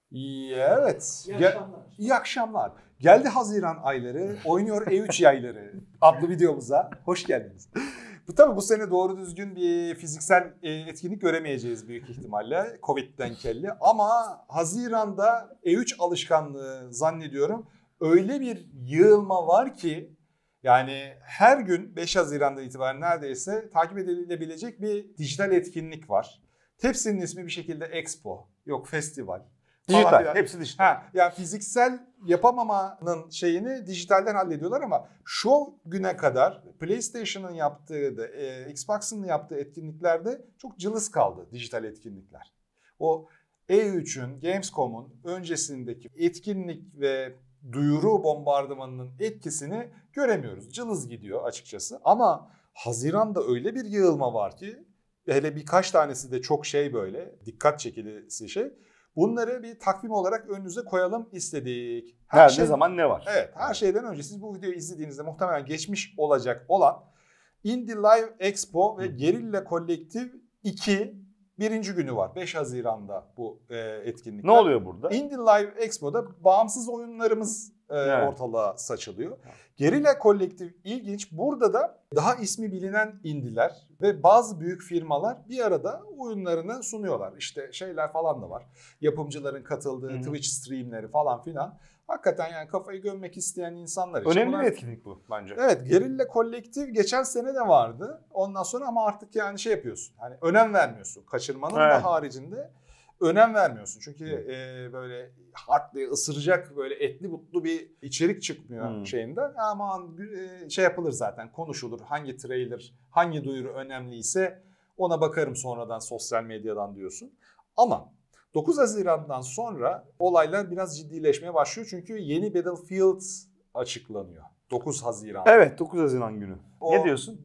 Evet. İyi akşamlar. İyi akşamlar. Geldi Haziran ayları, oynuyor E3 yayları adlı videomuza hoş geldiniz. Bu sene doğru düzgün bir fiziksel etkinlik göremeyeceğiz büyük ihtimalle Covid'den kelli. Ama Haziran'da E3 alışkanlığı zannediyorum öyle bir yığılma var ki yani her gün 5 Haziran'dan itibaren neredeyse takip edilebilecek bir dijital etkinlik var. Hepsinin ismi bir şekilde Expo, yok festival. Dijital, hepsi dijital. Yani fiziksel yapamamanın şeyini dijitalden hallediyorlar ama şu güne kadar PlayStation'ın yaptığı da Xbox'ın yaptığı etkinliklerde çok cılız kaldı dijital etkinlikler. O E3'ün, Gamescom'un öncesindeki etkinlik ve duyuru bombardımanının etkisini göremiyoruz. Cılız gidiyor açıkçası ama Haziran'da öyle bir yığılma var ki hele birkaç tanesi de çok böyle dikkat çekilisi şey. Bunları bir takvim olarak önünüze koyalım istedik. Her zaman ne var? Evet, her şeyden önce siz bu videoyu izlediğinizde muhtemelen geçmiş olacak olan Indie Live Expo ve Guerrilla Collective 2 birinci günü var. 5 Haziran'da bu etkinlikler. Ne oluyor burada? Indie Live Expo'da bağımsız oyunlarımız ortalığa saçılıyor. Guerrilla Collective ilginç. Burada da daha ismi bilinen indiler ve bazı büyük firmalar bir arada oyunlarını sunuyorlar. İşte şeyler falan da var. Yapımcıların katıldığı Twitch streamleri falan filan. Hakikaten yani kafayı gömmek isteyen insanlar için. Önemli bir etkinlik bu bence. Evet, Guerrilla Collective geçen sene de vardı. Ondan sonra ama artık yani şey yapıyorsun. Hani önem vermiyorsun. Kaçırmanın da haricinde önem vermiyorsun. Çünkü böyle hardly ısıracak böyle etli butlu bir içerik çıkmıyor şeyinden. Aman şey yapılır zaten, konuşulur. Hangi trailer, hangi duyuru önemliyse ona bakarım sonradan sosyal medyadan diyorsun. Ama 9 Haziran'dan sonra olaylar biraz ciddileşmeye başlıyor. Çünkü yeni Battlefield açıklanıyor. 9 Haziran. Evet, 9 Haziran günü. Ne diyorsun?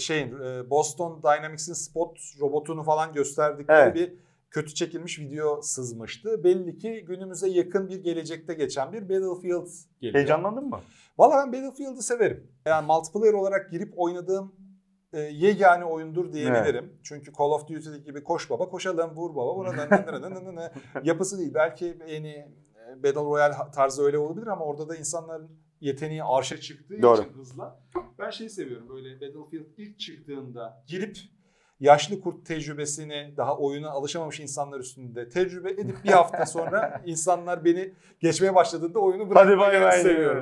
Boston Dynamics'in Spot robotunu falan gösterdikleri bir kötü çekilmiş video sızmıştı. Belli ki günümüze yakın bir gelecekte geçen bir Battlefield geliyor. Heyecanlandın mı? Vallahi ben Battlefield'ı severim. Yani multiplayer olarak girip oynadığım yegane oyundur diyebilirim. Evet. Çünkü Call of Duty gibi koş baba koşalım, vur baba vur yapısı değil. Belki yeni Battle Royale tarzı öyle olabilir ama orada da insanların yeteneği arşa çıktığı için hızla. Ben şeyi seviyorum, böyle Battlefield ilk çıktığında girip yaşlı kurt tecrübesini daha oyuna alışamamış insanlar üstünde tecrübe edip bir hafta sonra insanlar beni geçmeye başladığında oyunu bırakmayı seviyorum.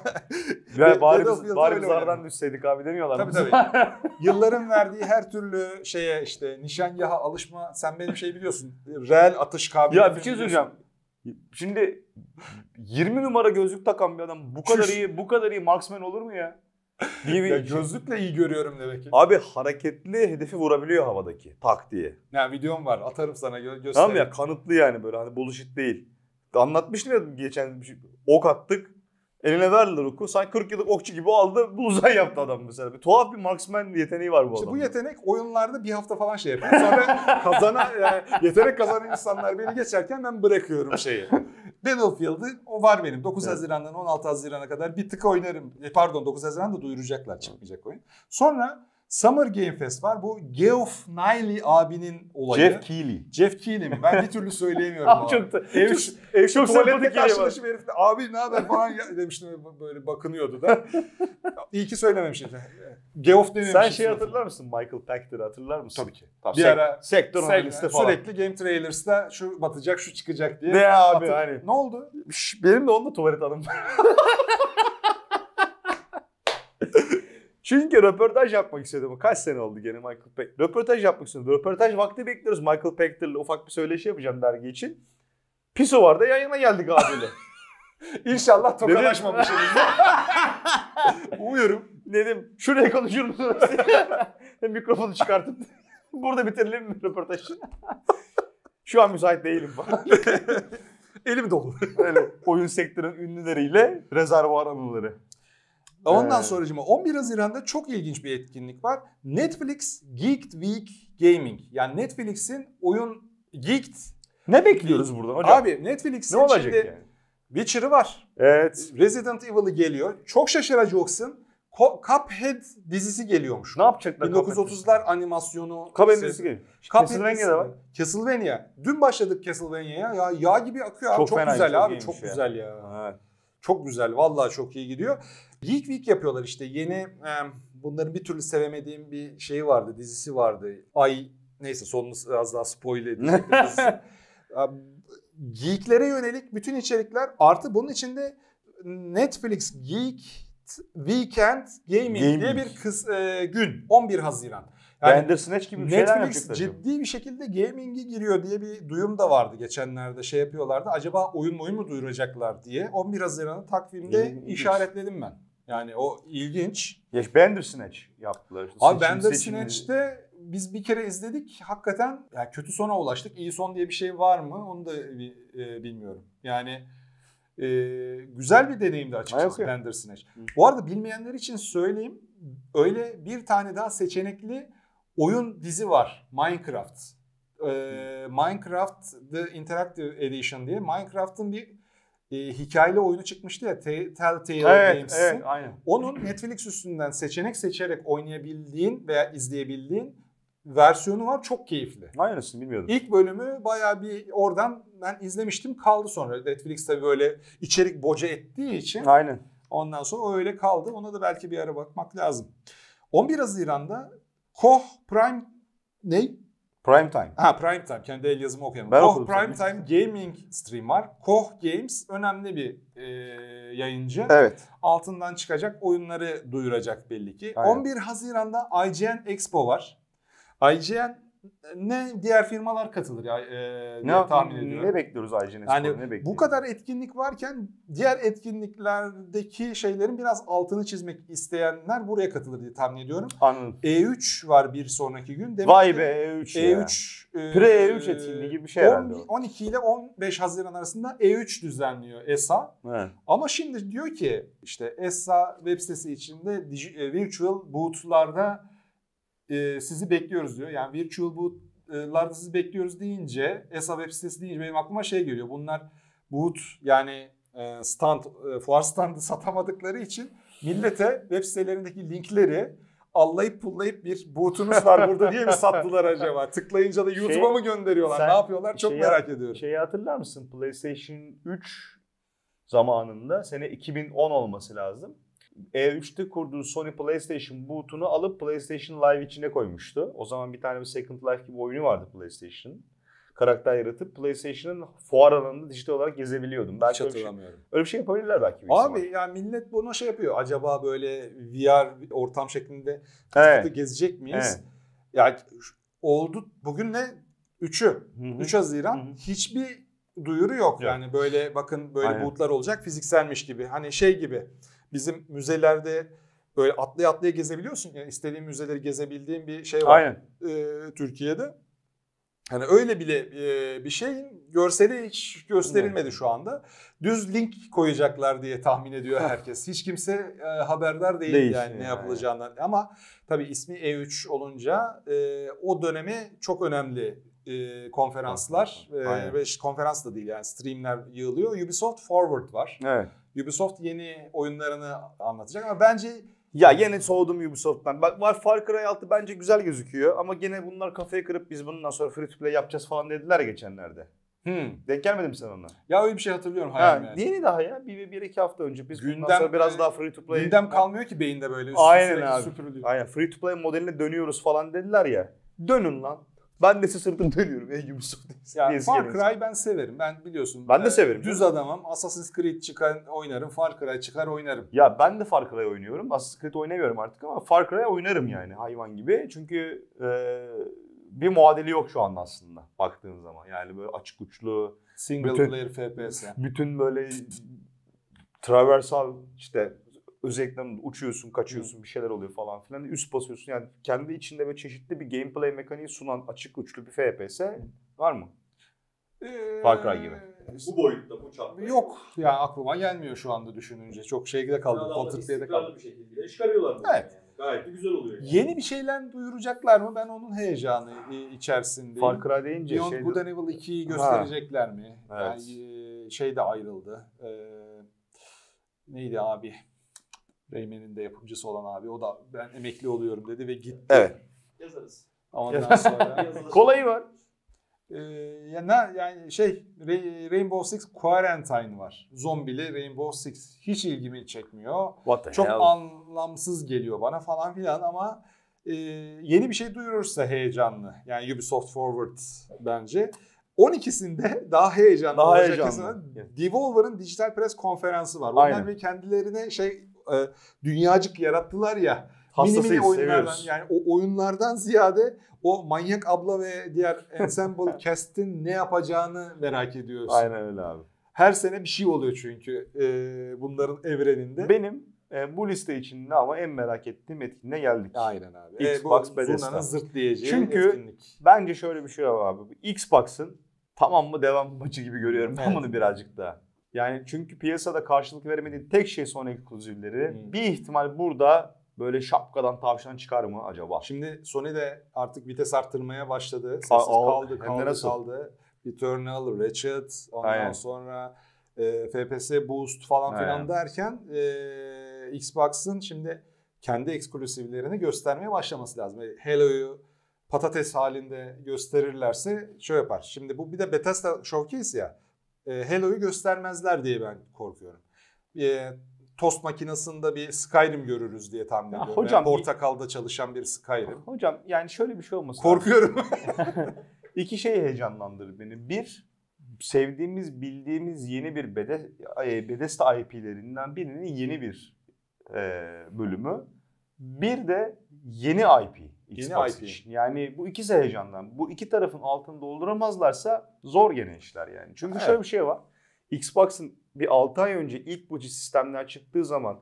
Bari biz zardan düşseydik abi demiyorlar. Tabii. Yılların verdiği her türlü şeye işte nişangaha alışma, sen benim biliyorsun. Reel atış kabiliyeti. Ya bir şey söyleyeceğim. Şimdi 20 numara gözlük takan bir adam bu kadar iyi marksman olur mu ya? Ya gözlükle iyi görüyorum demek ki. Abi hareketli hedefi vurabiliyor havadaki tak diye. Ya videom var, atarım sana göstereyim. Tamam ya, kanıtlı yani, böyle hani bullshit değil. Anlatmıştım ya geçen ok attık. Eline verdiler oku. Sanki 40 yıllık okçu gibi aldı. Bullseye yaptı adam mesela. Bir tuhaf bir marksman yeteneği var bu adamda. Bu yetenek oyunlarda bir hafta falan şey yapıyor. Sonra yetenek kazanan insanlar beni geçerken ben bırakıyorum şeyi. Battlefield'ı o var benim. 9 Haziran'dan 16 Haziran'a kadar bir tık oynarım. 9 Haziran'da duyuracaklar, çıkmayacak oyun. Sonra Summer Game Fest var. Bu Geoff Keighley abinin olayı. Jeff Keighley mi? Ben bir türlü söyleyemiyorum. Abi çok da çok tuvalette karşılaşıp herifle abi ne haber falan demiştim, böyle bakınıyordu da. İyi ki söylememişim. Geoff dememişim. Sen şey hatırlar mısın? Michael Pachter'ı hatırlar mısın? Tabii ki. Bir ara sektör analisti falan. Sürekli Game Trailers'ta şu batacak, şu çıkacak diye. Ne abi hani? Ne oldu? Benim de onunla tuvalet anım. Çünkü röportaj yapmak istedim. Kaç sene oldu gene Michael Pachter. Röportaj yapmak istedim. Röportaj vakti bekliyoruz. Michael Pachter'le ufak bir söyleşi yapacağım dergi için. Pisovar'da yayına geldik abiyle. İnşallah tokalaşmamışsınız. Umuyorum. Dedim şuraya konuşur musunuz? Mikrofonu çıkartıp burada bitirelim mi röportajı? Şu an müsait değilim falan. Elim dolu. Öyle oyun sektörünün ünlüleriyle rezervuar anıları. Ondan sonracığıma 11 Haziran'da çok ilginç bir etkinlik var. Netflix Geeked Week Gaming. Yani Netflix'in oyun Geeked. Ne bekliyoruz buradan hocam? Abi Netflix'in ne olacak yani? Witcher'ı var. Evet. Resident Evil'ı geliyor. Çok şaşıracaksın. Cuphead dizisi geliyormuş. Ne yapacaklar? 1930'lar animasyonu. Cuphead dizisi geliyor. Castlevania'da var. Castlevania. Dün başladık Castlevania'ya. Ya yağ gibi akıyor abi. Çok fena, güzel abi. iyiymiş Çok ya. güzel ya. Evet. Çok güzel. Vallahi çok iyi gidiyor. Geek Week yapıyorlar işte. Yeni bunların bir türlü sevemediğim bir şeyi vardı. Dizisi vardı. Neyse sonunu biraz daha spoil edecek. Geeklere yönelik bütün içerikler artı bunun içinde Netflix Geek Weekend Gaming diye bir gün 11 Haziran. Yani Bandersnatch gibi bir şeyler Netflix ciddi bir şekilde gaming'e giriyor diye bir duyum da vardı geçenlerde şey yapıyorlardı. Acaba oyun mu duyuracaklar diye 11 Haziran'ı takvimde işaretledim ben. Yani o ilginç. Bandersnatch yaptılar. Abi Bandersnatch'te biz bir kere izledik. Hakikaten yani kötü sona ulaştık. İyi son diye bir şey var mı? Onu da bilmiyorum. Yani güzel bir deneyimdi açıkçası Bandersnatch. Bu arada bilmeyenler için söyleyeyim. Öyle bir tane daha seçenekli oyun dizi var. Minecraft. Minecraft The Interactive Edition diye. Minecraft'ın bir hikayeli oyunu çıkmıştı ya. Telltale Games'in. Evet, aynen. Onun Netflix üstünden seçenek seçerek oynayabildiğin veya izleyebildiğin versiyonu var. Çok keyifli. Aynısını bilmiyordum. İlk bölümü bayağı bir oradan ben izlemiştim. Kaldı sonra. Netflix tabii böyle içerik boca ettiği için. Aynen. Ondan sonra öyle kaldı. Ona da belki bir ara bakmak lazım. 11 Haziran'da Koch Prime ne? Prime Time. Prime Time. Kendi el yazımı okuyamam. Ben Koch Prime Time Gaming Stream var. Koch Games önemli bir yayıncı. Evet. Altından çıkacak oyunları duyuracak belli ki. Aynen. 11 Haziran'da IGN Expo var. IGN diğer firmalar katılır ya diye tahmin ediyorum. Ne bekliyoruz IGN Expo'da? Yani bu kadar etkinlik varken diğer etkinliklerdeki şeylerin biraz altını çizmek isteyenler buraya katılır diye tahmin ediyorum. Anladım. E3 var bir sonraki gün. Demek Vay be E3 ya. Pre-E3 etkinliği gibi bir şey herhalde. 12 ile 15 Haziran arasında E3 düzenliyor ESA. Evet. Ama şimdi diyor ki işte ESA web sitesi içinde virtual boot'larda sizi bekliyoruz diyor. Yani virtual boot'larda sizi bekliyoruz deyince, ESA web sitesi deyince benim aklıma şey geliyor. Bunlar boot yani fuar standı satamadıkları için millete web sitelerindeki linkleri allayıp pullayıp bir boot'unuz var burada diye mi sattılar acaba? Tıklayınca da YouTube'a mı gönderiyorlar? Ne yapıyorlar? Çok merak ediyorum. Şeyi hatırlar mısın? PlayStation 3 zamanında sene 2010 olması lazım. E3'te kurduğu Sony PlayStation boot'unu alıp PlayStation Live içine koymuştu. O zaman bir tane bir Second Life gibi oyunu vardı PlayStation'ın. Karakter yaratıp PlayStation'ın fuar alanında dijital olarak gezebiliyordum. Belki hatırlamıyorum. Öyle bir şey yapabilirler belki. Abi yani millet bunu şey yapıyor. Acaba böyle VR ortam şeklinde gezecek miyiz? Evet. Yani oldu. Bugün ne? 3'ü. 3 Haziran. Hiçbir duyuru yok. Yani böyle bakın böyle bootlar olacak fizikselmiş gibi. Hani şey gibi. Bizim müzelerde böyle atlaya atlaya gezebiliyorsun. Yani istediğin müzeleri gezebildiğin bir şey var. Türkiye'de. Hani öyle bile bir şeyin görseli hiç gösterilmedi şu anda. Düz link koyacaklar diye tahmin ediyor herkes. Hiç kimse haberdar değil yani ne yapılacağından. Ama tabii ismi E3 olunca o dönemi çok önemli konferanslar ve konferans da değil yani streamler yığılıyor. Ubisoft Forward var. Evet. Ubisoft yeni oyunlarını anlatacak ama bence... Ya gene soğudum Ubisoft'tan. Bak var Far Cry 6 bence güzel gözüküyor ama gene bunlar kafayı kırıp biz bundan sonra free to play yapacağız falan dediler geçenlerde. Denk gelmedin mi sen ona? Ya öyle bir şey hatırlıyorum hayalimde. Yeni daha ya. Bir iki hafta önce biz bundan sonra biraz daha free to play... Gündem kalmıyor ki beyinde böyle. Aynen abi. Aynen free to play modeline dönüyoruz falan dediler ya. Dönün lan. Ben de sırtım dönüyorum Ubisoft. Yani Far Cry ben severim. Ben biliyorsun. Ben de severim. Düz adamım. Assassin's Creed çıkar oynarım. Far Cry çıkar oynarım. Ya ben de Far Cry oynuyorum. Assassin's Creed oynamıyorum artık ama Far Cry oynarım yani hayvan gibi. Çünkü bir muadili yok şu anda aslında baktığın zaman. Yani böyle açık uçlu. Single player FPS. Bütün böyle traversal işte özellikle uçuyorsun, kaçıyorsun, bir şeyler oluyor falan filan. Üst basıyorsun yani kendi içinde böyle çeşitli bir gameplay mekaniği sunan açık uçlu bir FPS var mı? Far Cry gibi. Bu boyutta, bu çapta. Yok ya yani aklıma gelmiyor şu anda düşününce. Çok şeyde kaldım, kontrplay'de kaldım. Bir şekilde çıkarıyorlar. Evet. Yani. Gayet de güzel oluyor. Yani. Yeni bir şeyler duyuracaklar mı? Ben onun heyecanı içerisindeyim. Far Cry deyince Beyond Good and Evil 2'yi gösterecekler mi? Evet. Yani şey de ayrıldı. Neydi abi? Rayman'in de yapımcısı olan abi. O da ben emekli oluyorum dedi ve gitti. Evet. Yazarız. Ondan sonra Yazılır. Kolayı var. yani Rainbow Six Quarantine var. Zombili Rainbow Six. Hiç ilgimi çekmiyor. What the Çok hell? anlamsız geliyor bana falan filan ama yeni bir şey duyurursa heyecanlı. Yani Ubisoft Forward bence. 12'sinde daha heyecanlı Daha olacak heyecanlı. kesin. Evet. Devolver'ın dijital press konferansı var. Onlar Aynen. bir kendilerine dünyacık yarattılar ya. Mini Hastasıyız, oyunlardan seviyoruz. yani o oyunlardan ziyade o manyak abla ve diğer ensemble cast'in ne yapacağını merak ediyoruz. Aynen öyle abi. Her sene bir şey oluyor çünkü bunların evreninde. Benim bu liste içinde ama en merak ettiğim etkinliğe geldik. Aynen abi. Xbox bu Bethesda. zurnanın zırt diyeceği Çünkü etkinlik. bence şöyle bir şey var abi. Xbox'ın tamam mı devam maçı gibi görüyorum ben Evet. bunu birazcık daha. Yani çünkü piyasada karşılık veremediği tek şey son ekskluzivleri. Bir ihtimal burada böyle şapkadan tavşan çıkar mı acaba? Şimdi Sony de artık vites arttırmaya başladı. Sessiz Hem de kaldı. nasıl? Returnal, Ratchet, ondan Aynen. sonra FPS Boost falan Aynen. filan derken Xbox'ın şimdi kendi eksklusivlerini göstermeye başlaması lazım. Halo'yu patates halinde gösterirlerse şöyle yapar. Şimdi bu bir de Bethesda Showcase ya. Halo'yu göstermezler diye ben korkuyorum. Tost makinesinde bir Skyrim görürüz diye tahmin ediyorum. hocam, Portakal'da çalışan bir Skyrim. Hocam yani şöyle bir şey olmasın. Korkuyorum. İki şey heyecanlandırır beni. Bir, sevdiğimiz, bildiğimiz yeni bir Bethesda IP'lerinden birinin yeni bir bölümü. Bir de yeni IP. Xbox IP. için. Yani bu ikisi heyecandan. Bu iki tarafın altını dolduramazlarsa zor gene işler yani. Çünkü Evet. şöyle bir şey var. Xbox'ın bir 6 ay önce ilk bu sistemler çıktığı zaman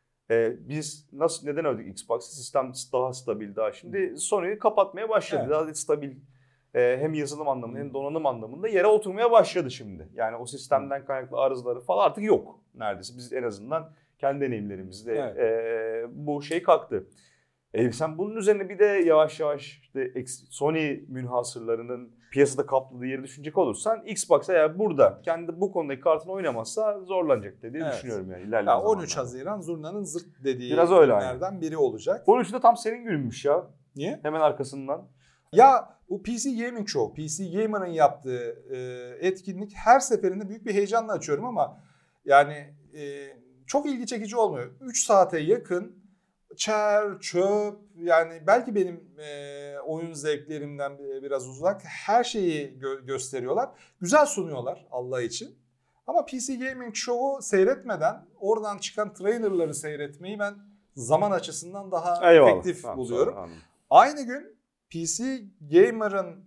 biz neden öldük Xbox'ı? Sistem daha stabil daha. Şimdi Sony'yi kapatmaya başladı. Evet. Daha stabil hem yazılım anlamında hem donanım anlamında yere oturmaya başladı şimdi. Yani o sistemden kaynaklı arızaları falan artık yok neredeyse. Biz en azından kendi deneyimlerimizde bu şey kalktı. Sen bunun üzerine bir de yavaş yavaş işte Sony münhasırlarının piyasada kapladığı yeri düşünecek olursan Xbox eğer burada kendi bu konudaki kartını oynamazsa zorlanacak diye düşünüyorum yani ilerleyen 13 zamanlarda. Haziran zurnanın zırt dediği Biraz öyle günlerden biri olacak. 13'ü de tam senin gününmüş ya. Niye? Hemen arkasından. Ya bu PC Gaming Show, PC Gamer'ın yaptığı etkinlik her seferinde büyük bir heyecanla açıyorum ama yani çok ilgi çekici olmuyor. 3 saate yakın çer, çöp yani belki benim oyun zevklerimden biraz uzak her şeyi gösteriyorlar. Güzel sunuyorlar Allah için. Ama PC Gaming Show'u seyretmeden oradan çıkan trailerları seyretmeyi ben zaman açısından daha efektif buluyorum. Anladım. Aynı gün PC Gamer'ın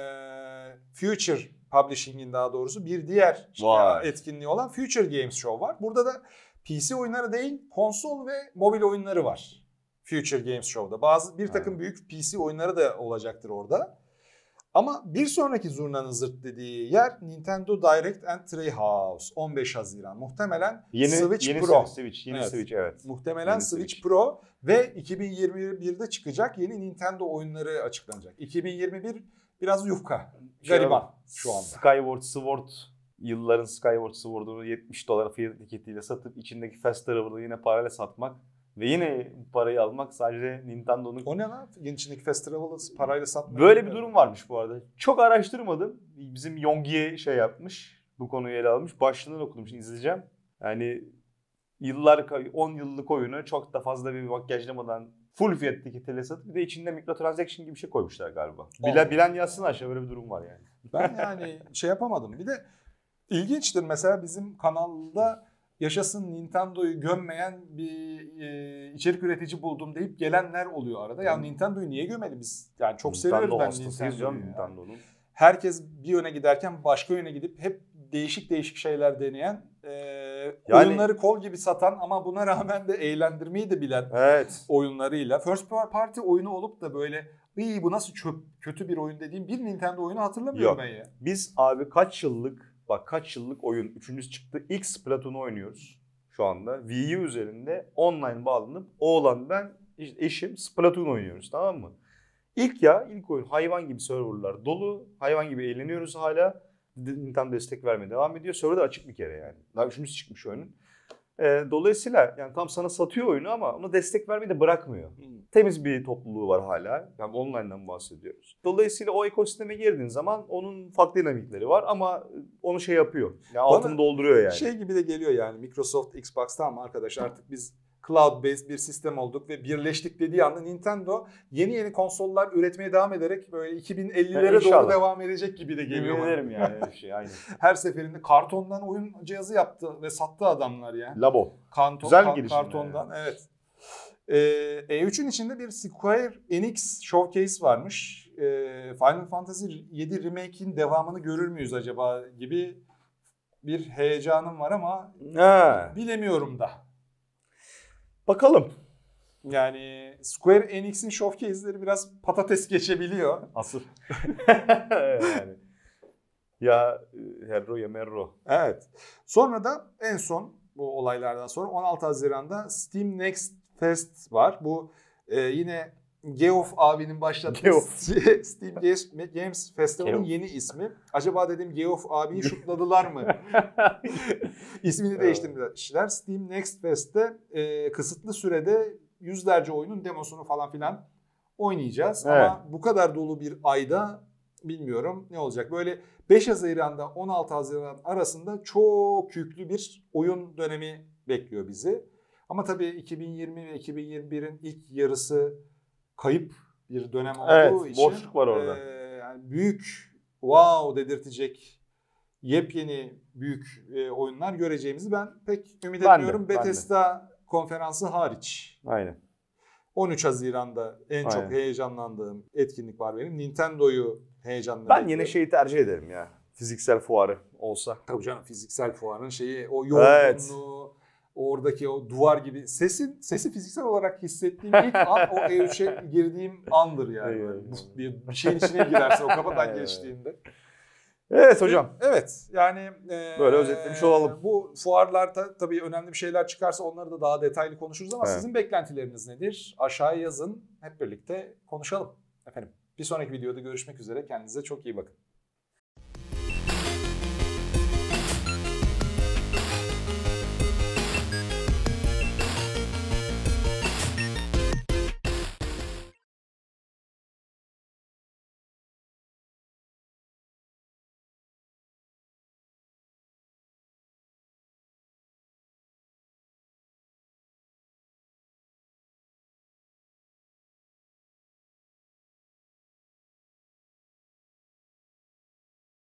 Future Publishing'in daha doğrusu bir diğer etkinliği olan Future Games Show var. Burada da PC oyunları değil, konsol ve mobil oyunları var. Future Games Show'da. Bir takım büyük PC oyunları da olacaktır orada. Ama bir sonraki zurnanın zırt dediği yer Nintendo Direct and Treehouse 15 Haziran. Muhtemelen Switch Pro. Switch evet. Muhtemelen Yeni Switch Pro ve 2021'de çıkacak yeni Nintendo oyunları açıklanacak. 2021 biraz yufka. Gariban şu anda. Skyward Sword yılların Skyward Sword'unu $70 fiyat etiketiyle satıp içindeki Fast Travel'ı yine parayla satmak ve yine parayı almak sadece Nintendo'nun... O ne lan? İçindeki Fast Travel'ı parayla satmak. Böyle bir durum varmış bu arada. Çok araştırmadım. Bizim Yonggi şey yapmış. Bu konuyu ele almış. Başlığından okudum. Şimdi izleyeceğim. Yani 10 yıllık oyunu çok da fazla bir makyajlamadan full fiyat etiketiyle satıp bir de içinde microtransaction gibi bir şey koymuşlar galiba. Bilen yazsın aşağı böyle bir durum var yani. Ben yani şey yapamadım. Bir de ilginçtir mesela bizim kanalda yaşasın Nintendo'yu gömmeyen bir içerik üretici buldum deyip gelenler oluyor arada. Ya Nintendo'yu niye gömeli biz? Yani çok seviyoruz ben Nintendo'yu. Nintendo'nun. Herkes bir yöne giderken başka yöne gidip hep değişik şeyler deneyen, oyunları kol gibi satan ama buna rağmen de eğlendirmeyi de bilen oyunlarıyla. First party oyunu olup da böyle bu nasıl kötü bir oyun dediğim bir Nintendo oyunu hatırlamıyorum ben ya. Biz abi kaç yıllık oyun 3. çıktı. X Splatoon'u oynuyoruz şu anda. Wii U üzerinde online bağlanıp oğlan ben eşim Splatoon oynuyoruz, tamam mı? İlk oyun hayvan gibi serverlar dolu. Hayvan gibi eğleniyoruz hala. Nintendo destek vermeye devam ediyor. Server de açık bir kere yani. Daha 3. çıkmış oyunun. Dolayısıyla yani tam sana satıyor oyunu ama ona destek vermeyi de bırakmıyor. Temiz bir topluluğu var hala. Yani online'dan bahsediyoruz. Dolayısıyla o ekosisteme girdiğin zaman onun farklı dinamikleri var ama onu şey yapıyor. Yani altını dolduruyor yani. Şey gibi de geliyor yani Microsoft, Xbox, tamam arkadaş artık biz cloud based bir sistem olduk ve birleştik dediği anda Nintendo yeni konsollar üretmeye devam ederek böyle 2050'lere doğru devam edecek gibi de geliyor bana. Yani öyle bir şey aynen. Her seferinde kartondan oyun cihazı yaptı ve sattı adamlar ya. Labo. Güzel girişim. Kartondan yani. Evet. E3'ün içinde bir Square Enix Showcase varmış. Final Fantasy 7 Remake'in devamını görür müyüz acaba gibi bir heyecanım var ama bilemiyorum da. Bakalım. Yani Square Enix'in showcase'leri biraz patates geçebiliyor. Asıl. Yani. Ya Herro ya Merro. Evet. Sonra da en son bu olaylardan sonra 16 Haziran'da Steam Next Fest var. Bu yine Geoff abinin başlattığı Steam Games Festival'ın yeni ismi. Acaba dedim Geoff abiyi şutladılar mı? İsmini değiştirmişler. Steam Next Fest'te kısıtlı sürede yüzlerce oyunun demosunu falan filan oynayacağız. Evet. Ama bu kadar dolu bir ayda bilmiyorum ne olacak. Böyle 5 Haziran'da 16 Haziran arasında çok yüklü bir oyun dönemi bekliyor bizi. Ama tabii 2020 ve 2021'in ilk yarısı kayıp bir dönem olduğu için boşluk var orada. Yani büyük wow dedirtecek yepyeni büyük oyunlar göreceğimizi ben pek ümit etmiyorum. Bethesda konferansı hariç. Aynen. 13 Haziran'da en çok heyecanlandığım etkinlik var benim. Nintendo'yu heyecanla Ben yine şeyi tercih ederim ya. Fiziksel fuarı olsa. Tabii canım fiziksel fuarın şeyi o yorgunluğu, oradaki o duvar gibi sesi fiziksel olarak hissettiğim ilk an o E3'e girdiğim andır yani. Bir şeyin içine girerse o kapıdan geçtiğinde. Evet hocam. Evet yani böyle özetlemiş olalım. Bu fuarlarda tabii önemli bir şeyler çıkarsa onları da daha detaylı konuşuruz ama sizin beklentileriniz nedir? Aşağıya yazın, hep birlikte konuşalım efendim. Bir sonraki videoda görüşmek üzere, kendinize çok iyi bakın.